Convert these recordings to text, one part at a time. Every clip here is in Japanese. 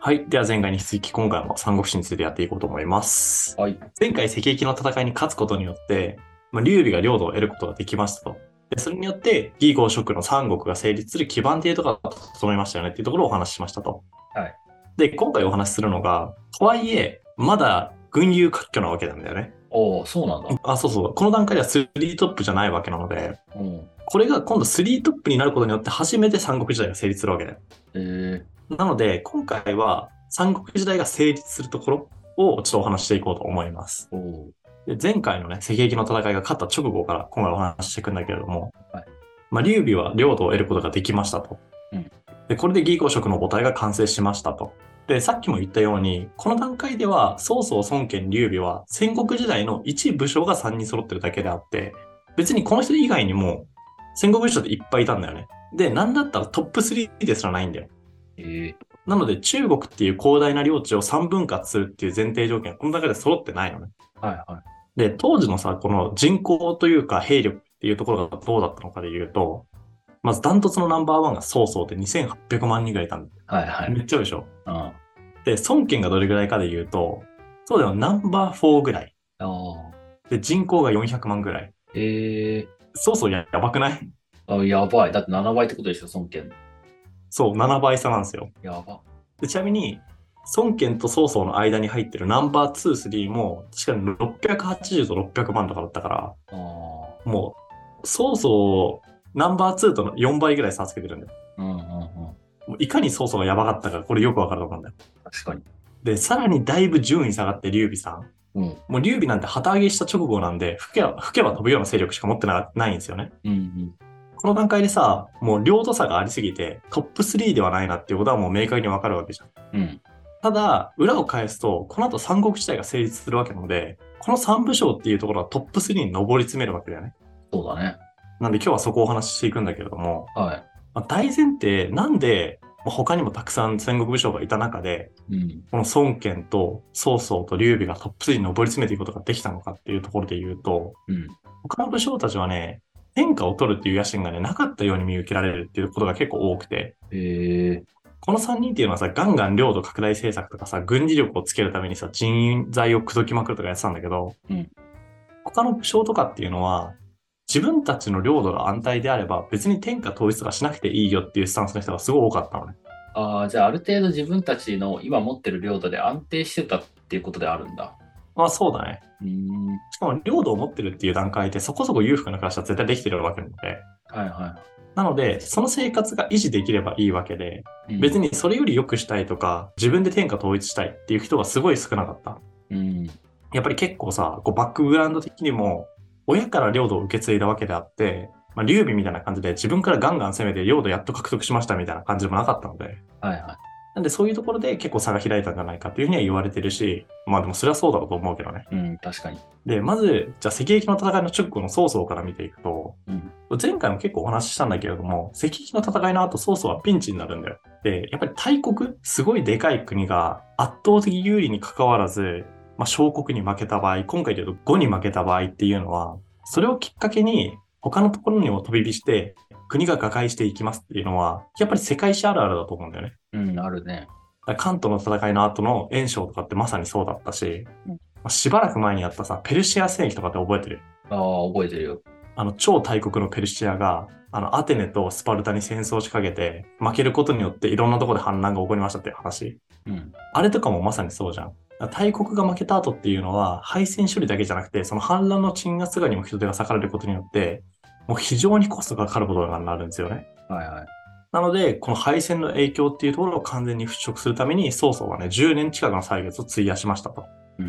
はい。では前回に引き続き今回も三国志についてやっていこうと思います。 はい。 前回赤壁の戦いに勝つことによって、劉備が領土を得ることができましたと。でそれによって魏呉蜀の三国が成立する基盤っていうところが整いましたよねっていうところをお話ししましたと。 はい。 で、今回お話しするのが、とはいえ、まだ群雄割拠なわけなんだよね。 おー、そうなんだ。 あ、そうそう。この段階ではスリートップじゃないわけなので、 うん。 これが今度スリートップになることによって初めて三国時代が成立するわけだよ。 えなので、今回は三国時代が成立するところをちょっとお話ししていこうと思います。 おー。 で前回のね、赤壁の戦いが勝った直後から今回お話ししていくんだけれども、 はい。 劉備は領土を得ることができましたと。 うん。 で、これで魏呉蜀の母体が完成しましたと。で、さっきも言ったように、この段階では、曹操、孫権、劉備は戦国時代の一武将が3人揃ってるだけであって、別にこの人以外にも戦国武将っていっぱいいたんだよね。で、なんだったらトップ3ですらないんだよ。 えなので中国っていう広大な領地を3分割するっていう前提条件はこの中で揃ってないのね。 はいはで、当時のさ、この人口というか兵力っていうところがどうだったのかで言うと、まずダントツのナンバーワンが曹操で2800万人ぐらいいたんだ。 い。はいはい。 めっちゃ多いでしょ。 うん。あで、孫権がどれぐらいかで言うと、そうだよ、ナンバー4ぐらい。 あ。 で、人口が400万ぐらい。 え曹操やばくない？ やばい。だって7倍ってことでしょ、孫権。 そう、7倍差なんですよ。 やば。 で、ちなみに、孫権と曹操の間に入ってるナンバー2、3も、確かに680と600万とかだったから、 ああ。 もう、曹操、ナンバー2との4倍ぐらい差つけてるんだよ。 うんうんうん。 もういかに曹操がやばかったか、これよくわかると思うんだよ。 確かに。 で、さらにだいぶ順位下がって劉備さん。 うん。 もう劉備なんて旗揚げした直後なんで、吹けば飛ぶような勢力しか持ってないんですよね。 うんうん。 この段階でさ、もう領土差がありすぎて、トップ3ではないなっていうことはもう明確にわかるわけじゃん。 うん。 ただ、裏を返すと、この後三国時代が成立するわけなので、この三武将っていうところはトップ3に上り詰めるわけだよね。 そうだね。 なんで今日はそこをお話ししていくんだけれども、 は大前提、なんで他にもたくさん戦国武将がいた中で、 い。うん。 この孫権と曹操と劉備がトップ3に上り詰めていくことができたのかっていうところで言うと、 うん。 他の武将たちはね、天下を取るっていう野心がね、なかったように見受けられるっていうことが結構多くて、 えこの3人っていうのはさ、ガンガン領土拡大政策とかさ、軍事力をつけるためにさ、人材を口説きまくるとかやってたんだけど、 うん。 他の武将とかっていうのは、自分たちの領土が安泰であれば、別に天下統一とかしなくていいよっていうスタンスの人がすごい多かったのね。 ああ、じゃあある程度自分たちの今持ってる領土で安定してたっていうことであるんだ。 まあそうだね。 うーん。 しかも領土を持ってるっていう段階でそこそこ裕福な暮らしは絶対できてるわけなので、 はいはなので、その生活が維持できればいいわけで、 い。うん。 別にそれより良くしたいとか、自分で天下統一したいっていう人がすごい少なかった。 うん。 やっぱり結構さ、こうバックグラウンド的にも、親から領土を受け継いだわけであって、劉備みたいな感じで自分からガンガン攻めて領土やっと獲得しましたみたいな感じでもなかったので、 はいはなんでそういうところで結構差が開いたんじゃないかっていうふうには言われてるし、まあでもそれはそうだろうと思うけどね。 い。うん、確かに。 で、まず、じゃあ赤壁の戦いの直後の曹操から見ていくと、 うん。 前回も結構お話ししたんだけれども、赤壁の戦いの後曹操はピンチになるんだよ。で、やっぱり大国、すごいでかい国が圧倒的有利に関わらず、小国に負けた場合、今回で言うと5に負けた場合っていうのは、それをきっかけに他のところにも飛び火して、国が瓦解していきますっていうのは、やっぱり世界史あるあるだと思うんだよね。 うん、あるね。 だから関東の戦いの後の袁紹とかってまさにそうだったし、 うん。 しばらく前にやったさ、ペルシア戦役とかって覚えてる？ ああ、覚えてるよ。 超大国のペルシアが、アテネとスパルタに戦争を仕掛けて、負けることによっていろんなところで反乱が起こりましたっていう話。 うん。 あれとかもまさにそうじゃん。大国が負けた後っていうのは、敗戦処理だけじゃなくて、その反乱の鎮圧側にも人手が割かれることによって、もう非常にコストがかかることになるんですよね。 はいはい。 なので、この敗戦の影響っていうところを完全に払拭するために、曹操はね、10年近くの歳月を費やしましたと。 うん。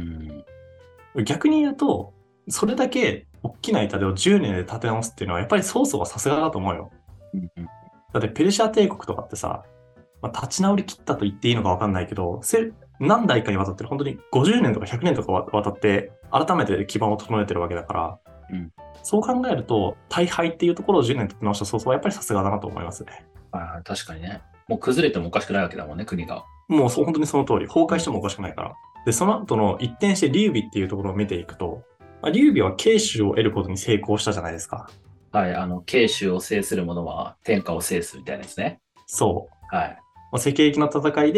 逆に言うと、それだけ大きな痛手を10年で立て直すっていうのは、やっぱり曹操はさすがだと思うよ。 うん。うん。 だってペルシャ帝国とかってさ、立ち直りきったと言っていいのかわかんないけど、何代かにわたって本当に50年とか100年とか渡って改めて基盤を整えてるわけだから、 うん。 そう考えると大敗っていうところを10年立て直した曹操はやっぱりさすがだなと思いますね。 はいはい。確かにね。もう崩れてもおかしくないわけだもんね、国が。 もう本当にその通り、崩うん。 壊してもおかしくないから。で、その後の一転して劉備っていうところを見ていくと、劉備は慶州を得ることに成功したじゃないですか。 はい。慶州を制する者は天下を制すみたいなですね。 そう。 はい。 赤壁の戦いで、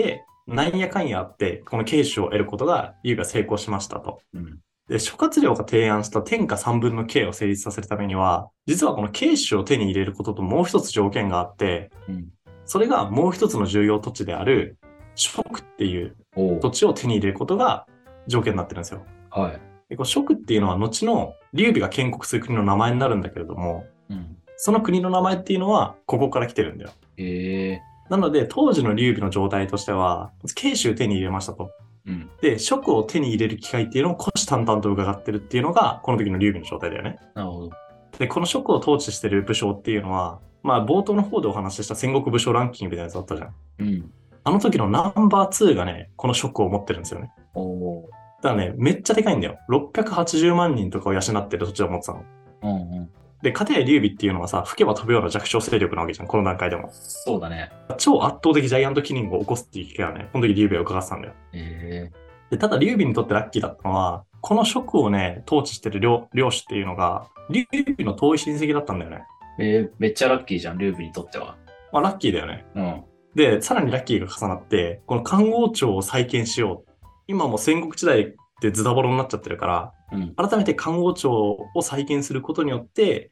なんやかんやあって、この慶州を得ることが、劉備が成功しましたと。 うん。 で、諸葛亮が提案した天下三分の慶を成立させるためには、実はこの慶州を手に入れることともう一つ条件があって、 うん。 それがもう一つの重要土地である、蜀っていうおう。 土地を手に入れることが条件になってるんですよ。 はい。 で、この蜀っていうのは後の劉備が建国する国の名前になるんだけれども、 うん。 その国の名前っていうのはここから来てるんだよ。 ええ。 なので、当時の劉備の状態としては、慶州手に入れましたと。 うん。 で、蜀を手に入れる機会っていうのを虎視眈々と伺ってるっていうのが、この時の劉備の状態だよね。 なるほど。 で、この蜀を統治してる武将っていうのは、まあ、冒頭の方でお話しした戦国武将ランキングみたいなやつあったじゃん。 うん。 あの時のナンバー2がね、この蜀を持ってるんですよね。 おお。 だからね、めっちゃでかいんだよ。680万人とかを養ってる土地を持ってたの。 うんうん。 で、片や劉備っていうのはさ、吹けば飛ぶような弱小勢力なわけじゃん、この段階でも。 そうだね。 超圧倒的ジャイアントキリングを起こすっていう機会はね、この時劉備は伺ってたんだよ。 ええ。 で、ただ劉備にとってラッキーだったのは、この蜀をね、統治してる領主っていうのが、劉備の遠い親戚だったんだよね。 めっちゃラッキーじゃん、劉備にとっては。 まあ、ラッキーだよね。 うん。 で、さらにラッキーが重なって、この漢王朝を再建しよう。今もう戦国時代でズタボロになっちゃってるから、 うん。 改めて漢王朝を再建することによって、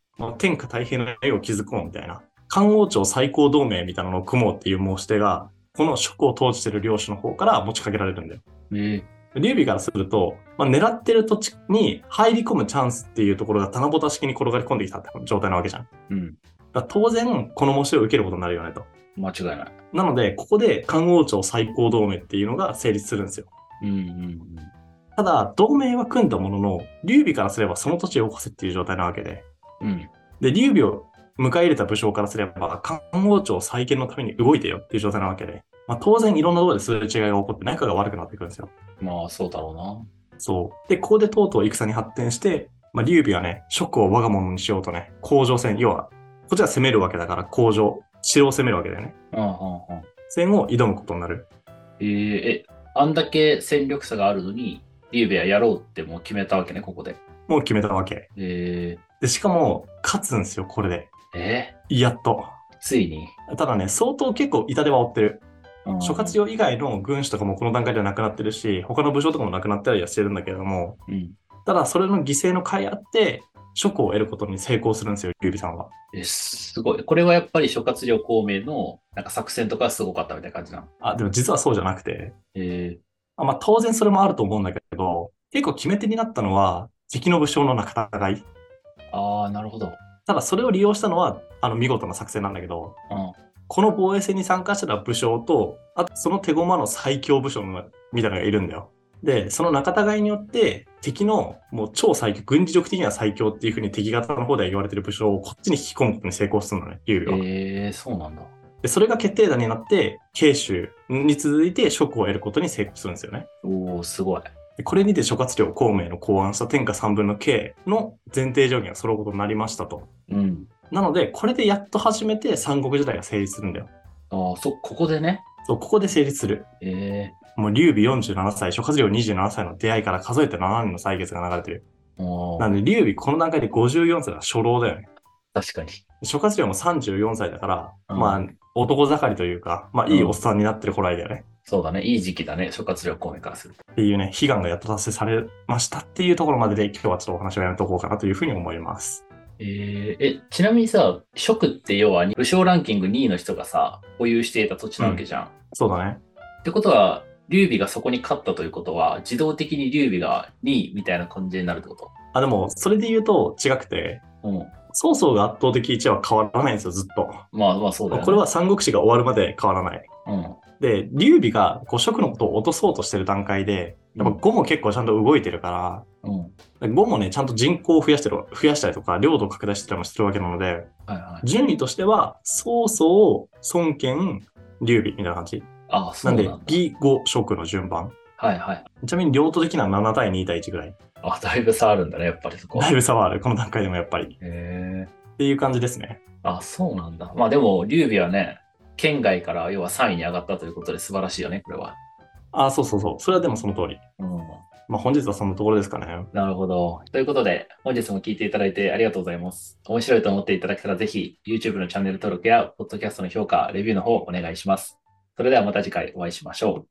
まあ、天下太平の世を築こうみたいな。漢王朝最高同盟みたいなのを組もうっていう申し出が、この蜀を統治してる領主の方から持ちかけられるんだよ。 え劉備からすると、まあ、狙ってる土地に入り込むチャンスっていうところが棚ぼた式に転がり込んできたって状態なわけじゃん。 うん。 だから当然、この申し出を受けることになるよねと。 間違いない。 なので、ここで漢王朝最高同盟っていうのが成立するんですよ。 うんうんただ、同盟は組んだものの、劉備からすればその土地を動かせっていう状態なわけで。 うん。うん。 で、劉備を迎え入れた武将からすれば、漢王朝再建のために動いてよっていう状態なわけで。まあ、当然いろんなところですれ違いが起こって仲が悪くなってくるんですよ。 まあ、そうだろうな。 そう。で、ここでとうとう戦に発展して、まあ、劉備はね、蜀を我が物にしようとね、攻城戦、要は、こっちは攻めるわけだから、攻城、城を攻めるわけだよね。 うんうんうん。 戦を挑むことになる。 あんだけ戦力差があるのに、劉備はやろうってもう決めたわけね、ここで。 もう決めたわけ。 えで、しかも、勝つんですよ、これで。 ー、えやっと。 ついに。 ただね、相当結構痛手は負ってる。 うん諸葛亮以外の軍師とかもこの段階ではなくなってるし、他の武将とかもなくなったりはしてるんだけれども、 うん。 ただそれの犠牲の甲斐あって、蜀を得ることに成功するんですよ、劉備さんは。 すごい。これはやっぱり諸葛亮孔明のなんか作戦とかすごかったみたいな感じなの。 あ、でも実はそうじゃなくて、 えまあ当然それもあると思うんだけど、結構決め手になったのは、敵の武将の仲違い。 ああ、なるほど。 ただそれを利用したのは、見事な作戦なんだけど、 うん。 この防衛戦に参加してた武将と、あとその手駒の最強武将みたいなのがいるんだよ。で、その仲違いによって、敵のもう超最強、軍事力的には最強っていう風に敵方の方では言われてる武将をこっちに引き込むことに成功するのね、劉備は。 そうなんだ。 で、それが決定打になって、慶州に続いて蜀を得ることに成功するんですよね。 おお、すごい。 でこれにて諸葛亮孔明の考案した天下三分の慶の前提条件が揃うことになりましたと。 うん。 なので、これでやっと初めて三国時代が成立するんだよ。 ここでね。 そう、ここで成立する。もう劉備47歳、諸葛亮27歳の出会いから数えて7年の歳月が流れてる。なんで、劉備この段階で54歳は初老だよね。 確かに。 諸葛亮も34歳だから、 うんまあ、男盛りというか、まあ、いいおっさんになってる頃合いだよね。 そうだね。いい時期だね。諸葛亮孔明からすると。 っていうね、悲願がやっと達成されましたっていうところまでで、今日はちょっとお話をやめとこうかなというふうに思います。 ちなみにさ、蜀って要は武将ランキング2位の人がさ、保有していた土地なわけじゃん。 そうだね。 ってことは、劉備がそこに勝ったということは、自動的に劉備が2位みたいな感じになるってことでも、それで言うと違くて、 うん。 曹操が圧倒的1位は変わらないんですよ、ずっと。 まあそうだよね。 これは三国志が終わるまで変わらない。 うん。 で、劉備が蜀のことを落とそうとしてる段階で、やっぱ呉も結構ちゃんと動いてるから、呉もね、ちゃんと人口を増やしたりとか、領土を拡大してたりもしてるわけなので、 はいはい。 順位としては、曹操、孫権、劉備みたいな感じ。 そうなんだ。 なんで、義、呉、蜀の順番。 はいはい。 ちなみに領土的には7対2対1ぐらい。 だいぶ差あるんだね、やっぱりそこは。 だいぶ差はある、この段階でもやっぱり。 へっていう感じですね。 そうなんだ。まあでも、劉備はね、県外から要は3位に上がったということで素晴らしいよね、これは。 そうそうそう。それはでもその通り。まあ本日はそのところですかね。 なるほど。ということで、本日も聞いていただいてありがとうございます。面白いと思っていただけたらぜひ YouTube のチャンネル登録や Podcast の評価、レビューの方お願いします。それではまた次回お会いしましょう。